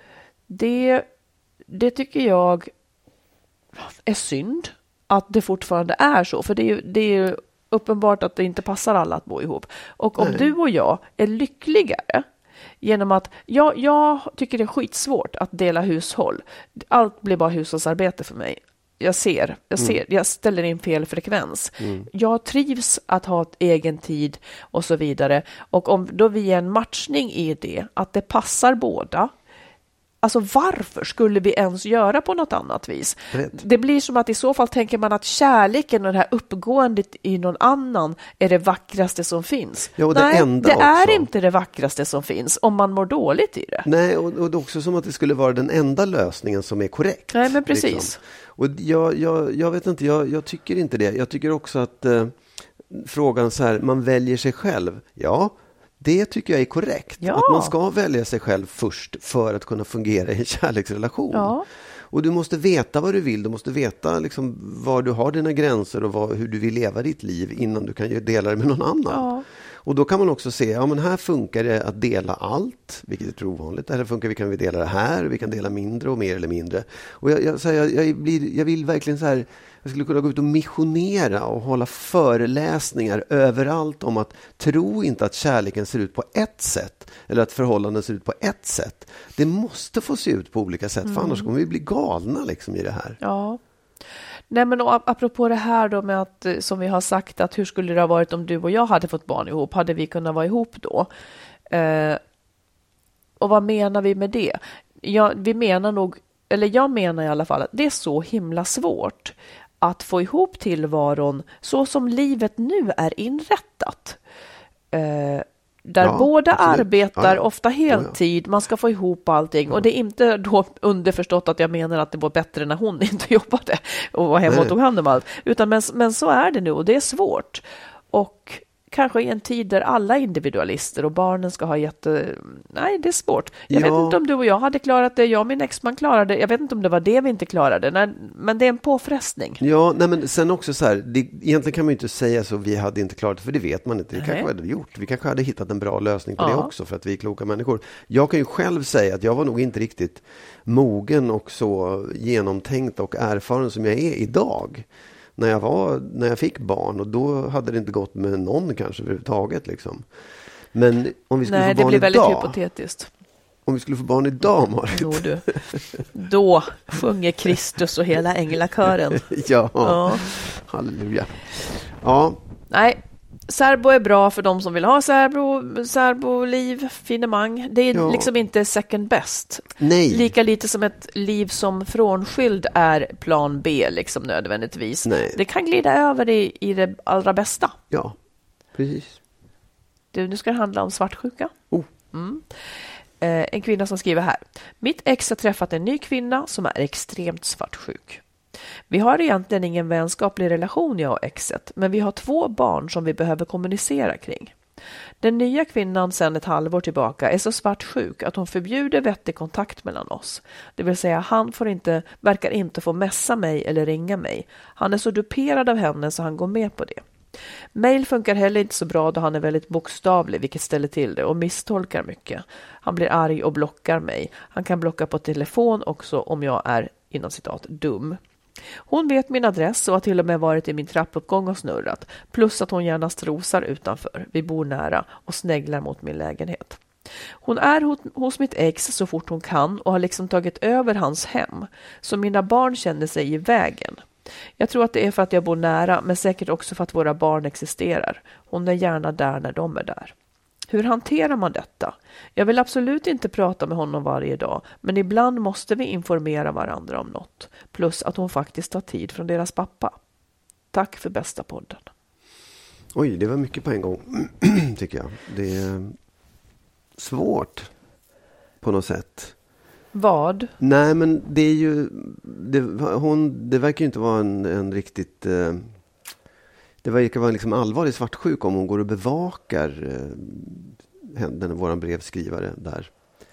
det tycker jag är synd att det fortfarande är så. För det är ju uppenbart att det inte passar alla att bo ihop. Och om du och jag är lyckligare genom att jag tycker det är skitsvårt att dela hushåll. Allt blir bara hushållsarbete för mig. Jag ställer in fel frekvens. Jag trivs att ha ett egen tid och så vidare. Och om då vi är en matchning i det, att det passar båda. Alltså varför skulle vi ens göra på något annat vis? Det blir som att i så fall tänker man att kärleken och det här uppgåendet i någon annan är det vackraste som finns. Ja, och nej, det är inte det vackraste som finns om man mår dåligt i det. Nej, och det är också som att det skulle vara den enda lösningen som är korrekt. Nej, men precis. Liksom. Och jag vet inte, jag tycker inte det. Jag tycker också att frågan så här, man väljer sig själv. Ja, det tycker jag är korrekt. Ja. Att man ska välja sig själv först för att kunna fungera i en kärleksrelation. Ja. Och du måste veta vad du vill. Du måste veta liksom var du har dina gränser och hur du vill leva ditt liv innan du kan dela det med någon annan. Ja. Och då kan man också se, men här funkar det att dela allt, vilket är tror ovanligt. Här funkar kan vi dela det här, vi kan dela mindre och mer eller mindre. Och jag vill verkligen så här, jag skulle kunna gå ut och missionera och hålla föreläsningar överallt om att tro inte att kärleken ser ut på ett sätt eller att förhållanden ser ut på ett sätt. Det måste få se ut på olika sätt, för annars kommer vi bli galna liksom i det här. Ja. Nej, men apropå det här då med att, som vi har sagt, att hur skulle det ha varit om du och jag hade fått barn ihop? Hade vi kunnat vara ihop då? Och vad menar vi med det? Jag menar i alla fall att det är så himla svårt att få ihop tillvaron så som livet nu är inrättat. Där båda arbetar, ofta heltid, man ska få ihop allting. Och det är inte då underförstått att jag menar att det var bättre när hon inte jobbade och var hemma och tog hand om allt. Utan, men så är det nu och det är svårt. Och kanske i en tid där alla individualister och barnen ska ha Nej, det är svårt. Jag vet inte om du och jag hade klarat det. Jag och min exman klarade det. Jag vet inte om det var det vi inte klarade. Nej, men det är en påfrestning. Ja, nej, men sen också så här, egentligen kan man ju inte säga så vi hade inte klarat det, för det vet man inte. Det kanske hade vi gjort. Vi kanske hade hittat en bra lösning på det också, för att vi är kloka människor. Jag kan ju själv säga att jag var nog inte riktigt mogen och så genomtänkt och erfaren som jag är idag. När jag fick barn, och då hade det inte gått med någon kanske överhuvudtaget liksom. Men om vi skulle få barn idag. Nej, det blir väldigt hypotetiskt. Om vi skulle få barn idag, Marit. Då sjunger Kristus och hela änglakören. Ja, halleluja. Ja. Nej, särbo är bra för de som vill ha särboliv, finemang. Det är liksom inte second best. Nej. Lika lite som ett liv som frånskild är plan B liksom nödvändigtvis. Nej. Det kan glida över i det allra bästa. Ja, precis. Nu ska det handla om svartsjuka. En kvinna som skriver här. Mitt ex har träffat en ny kvinna som är extremt svartsjuk. Vi har egentligen ingen vänskaplig relation, jag och exet, men vi har 2 barn som vi behöver kommunicera kring. Den nya kvinnan sedan ett halvår tillbaka är så svartsjuk att hon förbjuder vettig kontakt mellan oss. Det vill säga, han verkar inte få messa mig eller ringa mig. Han är så duperad av henne så han går med på det. Mail funkar heller inte så bra då han är väldigt bokstavlig, vilket ställer till det och misstolkar mycket. Han blir arg och blockar mig. Han kan blocka på telefon också om jag är inom citat dum. Hon vet min adress och har till och med varit i min trappuppgång och snurrat. Plus att hon gärna strosar utanför. Vi bor nära och snägglar mot min lägenhet. Hon är hos mitt ex så fort hon kan och har liksom tagit över hans hem. Så mina barn känner sig i vägen. Jag tror att det är för att jag bor nära, men säkert också för att våra barn existerar. Hon är gärna där när de är där. Hur hanterar man detta? Jag vill absolut inte prata med honom varje dag, men ibland måste vi informera varandra om något. Plus att hon faktiskt tar tid från deras pappa. Tack för bästa podden. Oj, det var mycket på en gång, tycker jag. Det är svårt på något sätt. Vad? Nej, men det är ju... Det verkar ju inte vara en riktigt... Det verkar vara liksom allvarlig svartsjuk om hon går och bevakar våran brevskrivare där.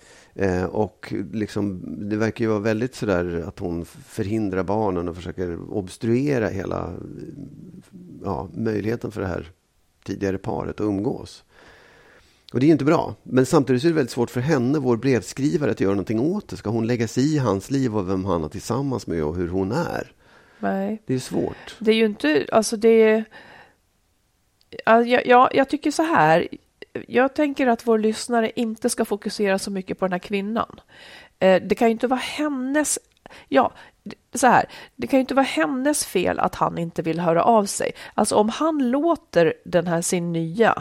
Och liksom, det verkar ju vara väldigt sådär att hon förhindrar barnen och försöker obstruera hela möjligheten för det här tidigare paret att umgås. Och det är inte bra. Men samtidigt är det väldigt svårt för henne, vår brevskrivare, att göra någonting åt det. Ska hon lägga sig i hans liv och vem han är tillsammans med och hur hon är? Nej. Det är svårt. Det är ju inte, alltså det är... Jag tycker så här. Jag tänker att vår lyssnare inte ska fokusera så mycket på den här kvinnan. Det kan ju inte vara hennes... Ja, så här. Det kan ju inte vara hennes fel att han inte vill höra av sig. Alltså om han låter den här sin nya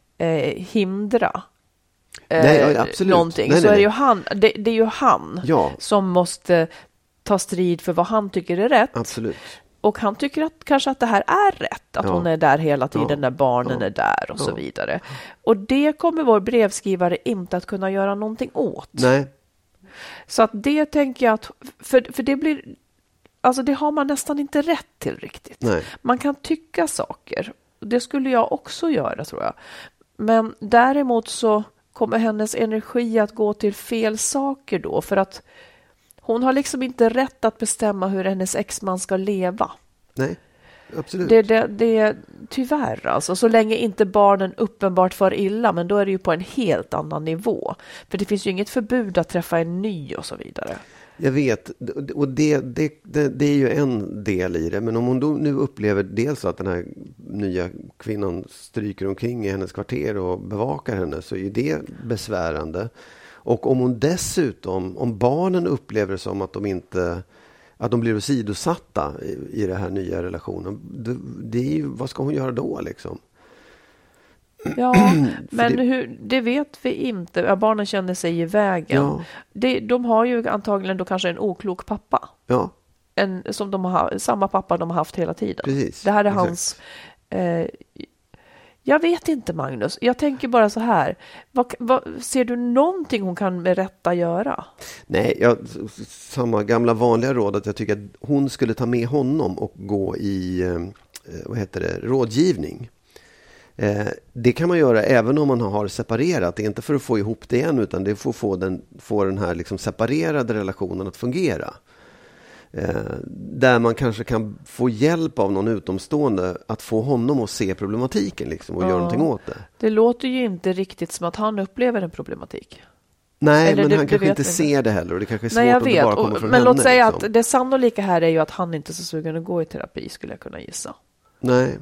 hindra absolut. någonting, så är det ju han, det är ju han som måste ta strid för vad han tycker är rätt. Absolut. Och han tycker att kanske att det här är rätt, att hon är där hela tiden när barnen är där och så vidare. Och det kommer vår brevskrivare inte att kunna göra någonting åt. Nej. Så att det tänker jag att, för det blir, alltså det har man nästan inte rätt till riktigt. Nej. Man kan tycka saker. Det skulle jag också göra, tror jag. Men däremot så kommer hennes energi att gå till fel saker då, för att hon har liksom inte rätt att bestämma hur hennes exman ska leva. Nej, absolut. Det är tyvärr alltså. Så länge inte barnen uppenbart far illa, men då är det ju på en helt annan nivå. För det finns ju inget förbud att träffa en ny och så vidare. Jag vet, och det är ju en del i det. Men om hon då nu upplever dels att den här nya kvinnan stryker omkring i hennes kvarter och bevakar henne, så är det besvärande. Och om hon dessutom, om barnen upplever det som att de blir åsidosatta i den här nya relationen, det är ju, vad ska hon göra då liksom? Ja, men det vet vi inte. Ja, barnen känner sig i vägen. Ja. De har ju antagligen då kanske en oklok pappa. Ja. Samma pappa de har haft hela tiden. Precis. Det här är hans... jag vet inte, Magnus. Jag tänker bara så här. Ser du någonting hon kan med rätta göra? Nej, samma gamla vanliga råd att jag tycker att hon skulle ta med honom och gå i rådgivning. Det kan man göra även om man har separerat. Det är inte för att få ihop det igen, utan det är för att få den här liksom separerade relationen att fungera. Där man kanske kan få hjälp av någon utomstående att få honom att se problematiken liksom, och göra någonting åt det. Det låter ju inte riktigt som att han upplever en problematik. Nej, eller men han kanske inte ser det heller, och det kanske är svårt om det bara kommer från men henne. Låt säga liksom. Att det sannolika här är ju att han inte är så sugen att gå i terapi, skulle jag kunna gissa. Nej.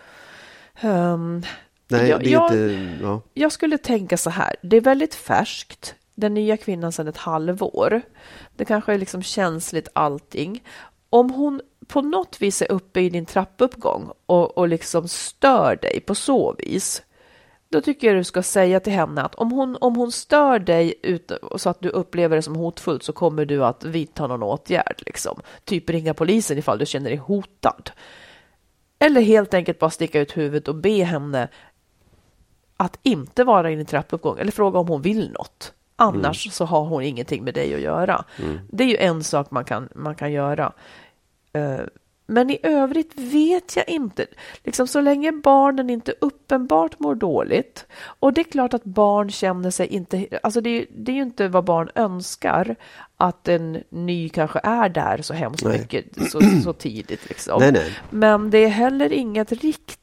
Jag skulle tänka så här. Det är väldigt färskt. Den nya kvinnan sedan ett halvår. Det kanske är liksom känsligt allting. Om hon på något vis är uppe i din trappuppgång och liksom stör dig på så vis, då tycker jag du ska säga till henne att om hon stör dig så att du upplever det som hotfullt, så kommer du att vidta någon åtgärd. Liksom. Typ ringa polisen ifall du känner dig hotad. Eller helt enkelt bara sticka ut huvudet och be henne att inte vara i din trappuppgång. Eller fråga om hon vill något. Annars så har hon ingenting med dig att göra. Det är ju en sak man kan göra. Men i övrigt vet jag inte. Liksom, så länge barnen inte uppenbart mår dåligt. Och det är klart att barn känner sig inte... Alltså det är ju inte vad barn önskar. Att en ny kanske är där så hemskt mycket så tidigt. Liksom. Nej. Men det är heller inget riktigt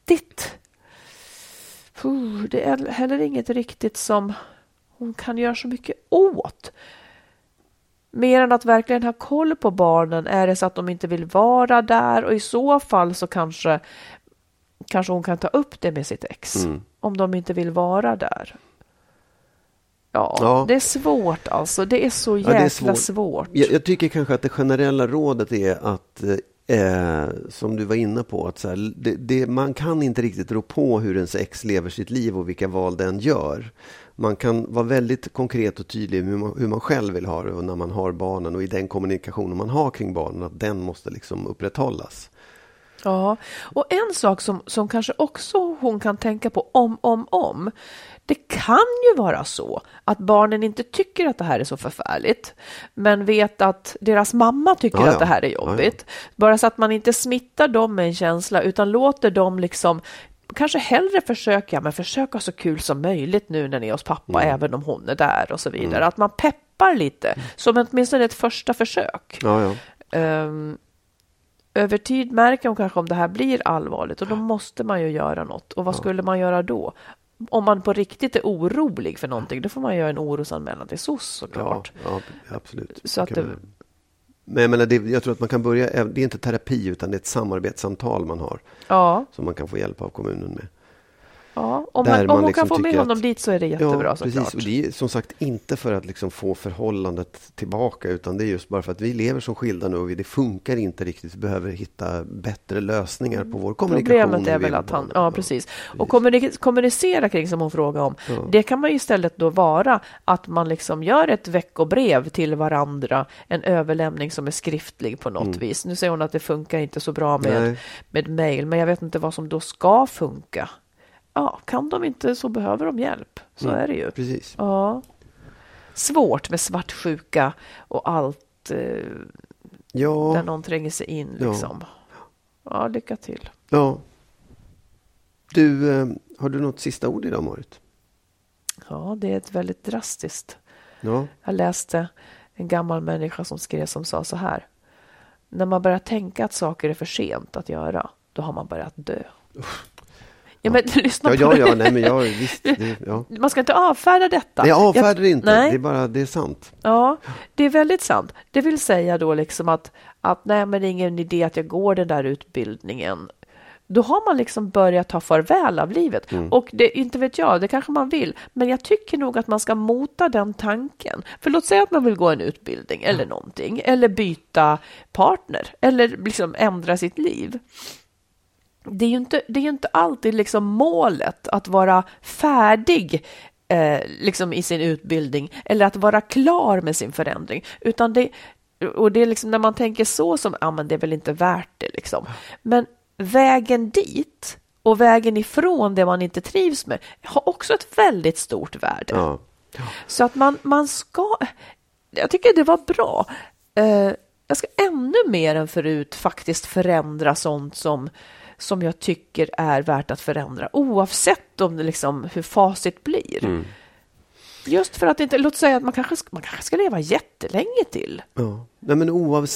riktigt. Det är heller inget riktigt som hon kan göra så mycket åt. Mer än att verkligen ha koll på barnen. Är det så att de inte vill vara där? Och i så fall så kanske hon kan ta upp det med sitt ex. Om de inte vill vara där. Ja, det är svårt alltså. Det är så jäkla svårt. Jag tycker kanske att det generella rådet är att som du var inne på, att så här, man kan inte riktigt rå på hur ens ex lever sitt liv och vilka val den gör. Man kan vara väldigt konkret och tydlig hur man själv vill ha det och när man har barnen, och i den kommunikationen man har kring barnen, att den måste liksom upprätthållas. Ja, och en sak som kanske också hon kan tänka på om. Det kan ju vara så att barnen inte tycker att det här är så förfärligt, men vet att deras mamma tycker att det här är jobbigt. Bara så att man inte smittar dem med en känsla, utan låter dem liksom kanske hellre försöka så kul som möjligt nu när ni är hos pappa, även om hon är där och så vidare. Att man peppar lite, som åtminstone ett första försök. Över tid märker hon kanske om det här blir allvarligt, och då måste man ju göra något. Och vad skulle man göra då? Om man på riktigt är orolig för någonting, då får man göra en orosanmälan till SOS såklart. Ja, absolut. Så att men jag menar, jag tror att man kan börja, det är inte terapi utan det är ett samarbetssamtal man har. Som man kan få hjälp av kommunen med. Ja, om hon liksom kan få med honom dit så är det jättebra såklart. Precis. Och det är som sagt inte för att liksom få förhållandet tillbaka, utan det är just bara för att vi lever som skilda nu och det funkar inte riktigt. Vi behöver hitta bättre lösningar på vår kommunikation. Problemet är väl att han, precis. Och kommunicera kring, som hon frågar om, det kan man ju istället då vara att man liksom gör ett veckobrev till varandra, en överlämning som är skriftlig på något vis. Nu säger hon att det funkar inte så bra med mejl, men jag vet inte vad som då ska funka. Ja, kan de inte så behöver de hjälp. Så är det ju. Precis. Ja. Svårt med svartsjuka och allt där någon tränger sig in liksom. Ja, lycka till. Ja. Du, har du något sista ord idag, Marit? Ja, det är ett väldigt drastiskt. Ja. Jag läste en gammal människa som sa så här: när man börjar tänka att saker är för sent att göra, då har man börjat dö. Ja, men lyssna på det. Nej, men visst. Man ska inte avfärda detta. Nej, avfärdar inte. Nej. Det är sant. Ja, det är väldigt sant. Det vill säga då liksom att nej, men det är ingen idé att jag går den där utbildningen. Då har man liksom börjat ta farväl av livet. Och det, inte vet jag, det kanske man vill. Men jag tycker nog att man ska mota den tanken. För låt säga att man vill gå en utbildning eller någonting. Eller byta partner. Eller liksom ändra sitt liv. Det är ju inte alltid liksom målet att vara färdig liksom i sin utbildning eller att vara klar med sin förändring, utan det är liksom när man tänker så som men det är väl inte värt det liksom. Men vägen dit och vägen ifrån det man inte trivs med har också ett väldigt stort värde. Så att man ska, jag tycker det var bra. Jag ska ännu mer än förut faktiskt förändra sånt som jag tycker är värt att förändra, oavsett om det liksom hur facit blir. Just för att inte, låt säga att man kanske ska leva jättelänge till. Ja. Nej, men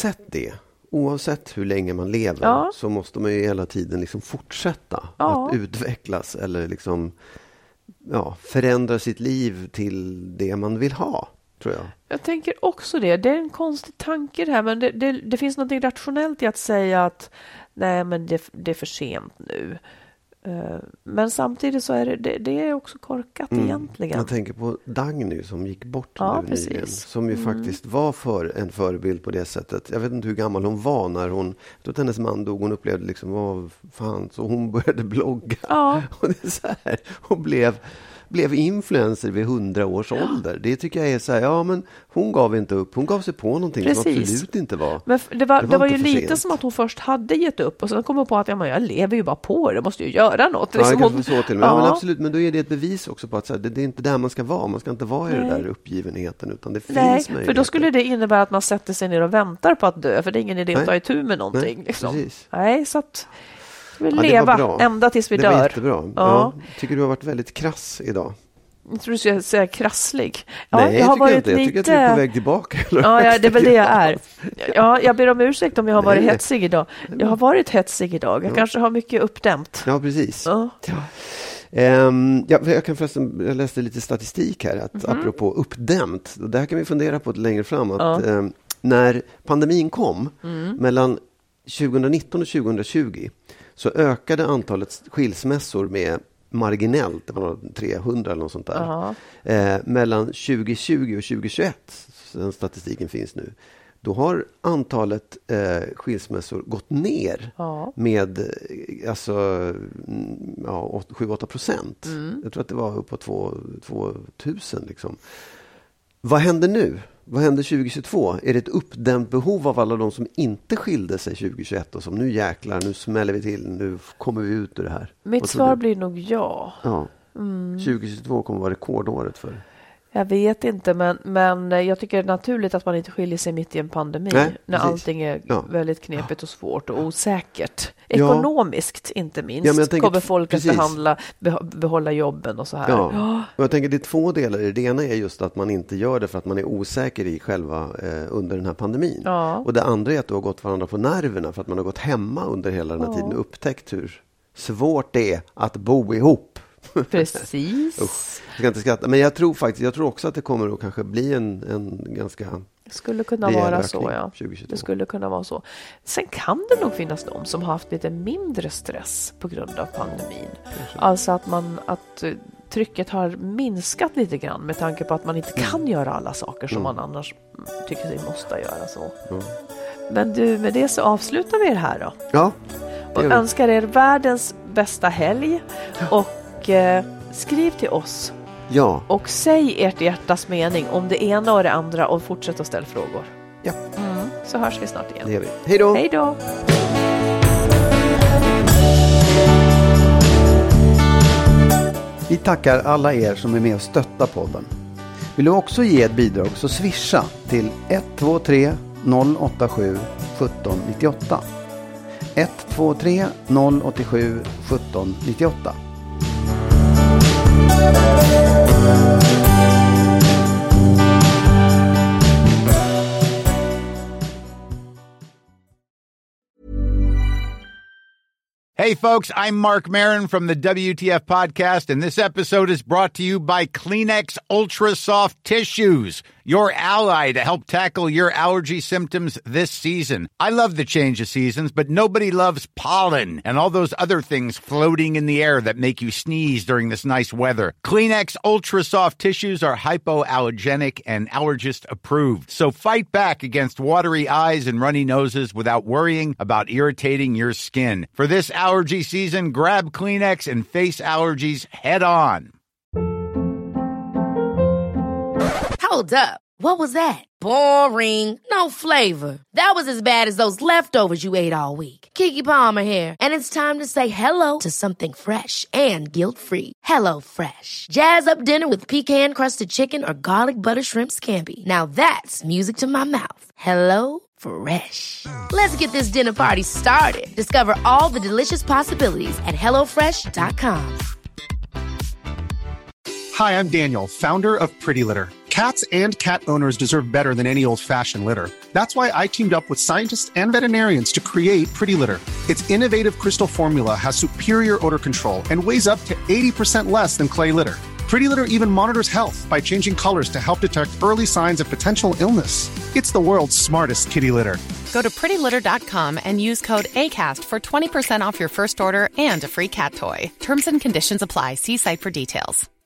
oavsett hur länge man lever så måste man ju hela tiden liksom fortsätta att utvecklas eller liksom förändra sitt liv till det man vill ha, tror jag. Jag tänker också det. Det är en konstig tanke det här, men det finns något rationellt i att säga att nej, men det är för sent nu. Men samtidigt så är det är också korkat egentligen. Jag tänker på Dagny som gick bort nu nyligen. Som ju faktiskt var en förebild på det sättet. Jag vet inte hur gammal hon var när jag tror att hennes man dog. Hon upplevde liksom, så hon började blogga. Och det är så här, hon blev influencer vid 100 års ålder. Det tycker jag är så här, men hon gav inte upp. Hon gav sig på någonting som absolut inte var. Men det var ju lite sent. Som att hon först hade gett upp och sen kom hon på att jag lever ju bara på det. Måste ju göra något. Ja, liksom så till. Men absolut, men då är det ett bevis också på att så här, det är inte där man ska vara. Man ska inte vara i den där uppgivenheten, utan det finns möjligheter. För då skulle det innebära att man sätter sig ner och väntar på att dö, för det är ingen idé att ta itu med någonting. Nej, liksom. Precis. Nej, så att vi leva ända tills vi dör. Det var jättebra. Ja. Tycker du har varit väldigt krass idag. Jag tror du skulle säga krasslig. Ja, nej, jag tycker att du är på väg tillbaka. Ja, det är väl det jag är. Ja, jag ber om ursäkt om jag har varit hetsig idag. Jag har varit hetsig idag. Jag kanske har mycket uppdämt. Ja, precis. Ja. Jag läste lite statistik här att apropå uppdämt, och det här kan vi fundera på längre fram, att när pandemin kom mellan 2019 och 2020 så ökade antalet skilsmässor med marginellt, det var 300 eller något sånt där. Mellan 2020 och 2021, den statistiken finns nu, då har antalet skilsmässor gått ner med 7-8%. Jag tror att det var upp på 2000 liksom. Vad händer nu? Vad händer 2022? Är det ett uppdämt behov av alla de som inte skilde sig 2021 och som nu jäklar, nu smäller vi till, nu kommer vi ut ur det här? Mitt svar blir nog ja. 2022 kommer vara rekordåret för. Jag vet inte, men jag tycker det är naturligt att man inte skiljer sig mitt i en pandemi. Nej, när allting är väldigt knepigt och svårt och osäkert. Ekonomiskt inte minst. Kommer folk att behålla jobben och så här. Och jag tänker det är två delar. Det ena är just att man inte gör det för att man är osäker i själva under den här pandemin. Och det andra är att du har gått varandra på nerverna för att man har gått hemma under hela den här tiden och upptäckt hur svårt det är att bo ihop. Precis. Jag ska inte skratta, men jag tror också att det kommer att kanske bli en ganska skulle kunna vara så, 2022. Det skulle kunna vara så. Sen kan det nog finnas de som har haft lite mindre stress på grund av pandemin. Alltså att trycket har minskat lite grann med tanke på att man inte kan göra alla saker som man annars tycker sig måste göra så. Men du, med det så avslutar vi det här då. Ja. Och önskar er världens bästa helg och skriv till oss. Ja. Och säg ert hjärtas mening om det ena och det andra och fortsätt att ställa frågor. Ja. Så hörs vi snart igen. Det gör vi. Hej då. Hej då. Vi tackar alla er som är med och stöttar podden. Vill du också ge ett bidrag så swisha till 123 087 1798. 123 087 1798. Hey folks, I'm Mark Maron from the WTF podcast, and this episode is brought to you by Kleenex Ultra Soft Tissues, your ally to help tackle your allergy symptoms this season. I love the change of seasons, but nobody loves pollen and all those other things floating in the air that make you sneeze during this nice weather. Kleenex Ultra Soft Tissues are hypoallergenic and allergist approved, so fight back against watery eyes and runny noses without worrying about irritating your skin. For this allergy season, grab Kleenex and face allergies head on. Hold up. What was that? Boring. No flavor. That was as bad as those leftovers you ate all week. Keke Palmer here, and it's time to say hello to something fresh and guilt-free. Hello Fresh. Jazz up dinner with pecan-crusted chicken or garlic butter shrimp scampi. Now that's music to my mouth. Hello Fresh. Let's get this dinner party started. Discover all the delicious possibilities at HelloFresh.com. Hi, I'm Daniel, founder of Pretty Litter. Cats and cat owners deserve better than any old-fashioned litter. That's why I teamed up with scientists and veterinarians to create Pretty Litter. Its innovative crystal formula has superior odor control and weighs up to 80% less than clay litter. Pretty Litter even monitors health by changing colors to help detect early signs of potential illness. It's the world's smartest kitty litter. Go to prettylitter.com and use code ACAST for 20% off your first order and a free cat toy. Terms and conditions apply. See site for details.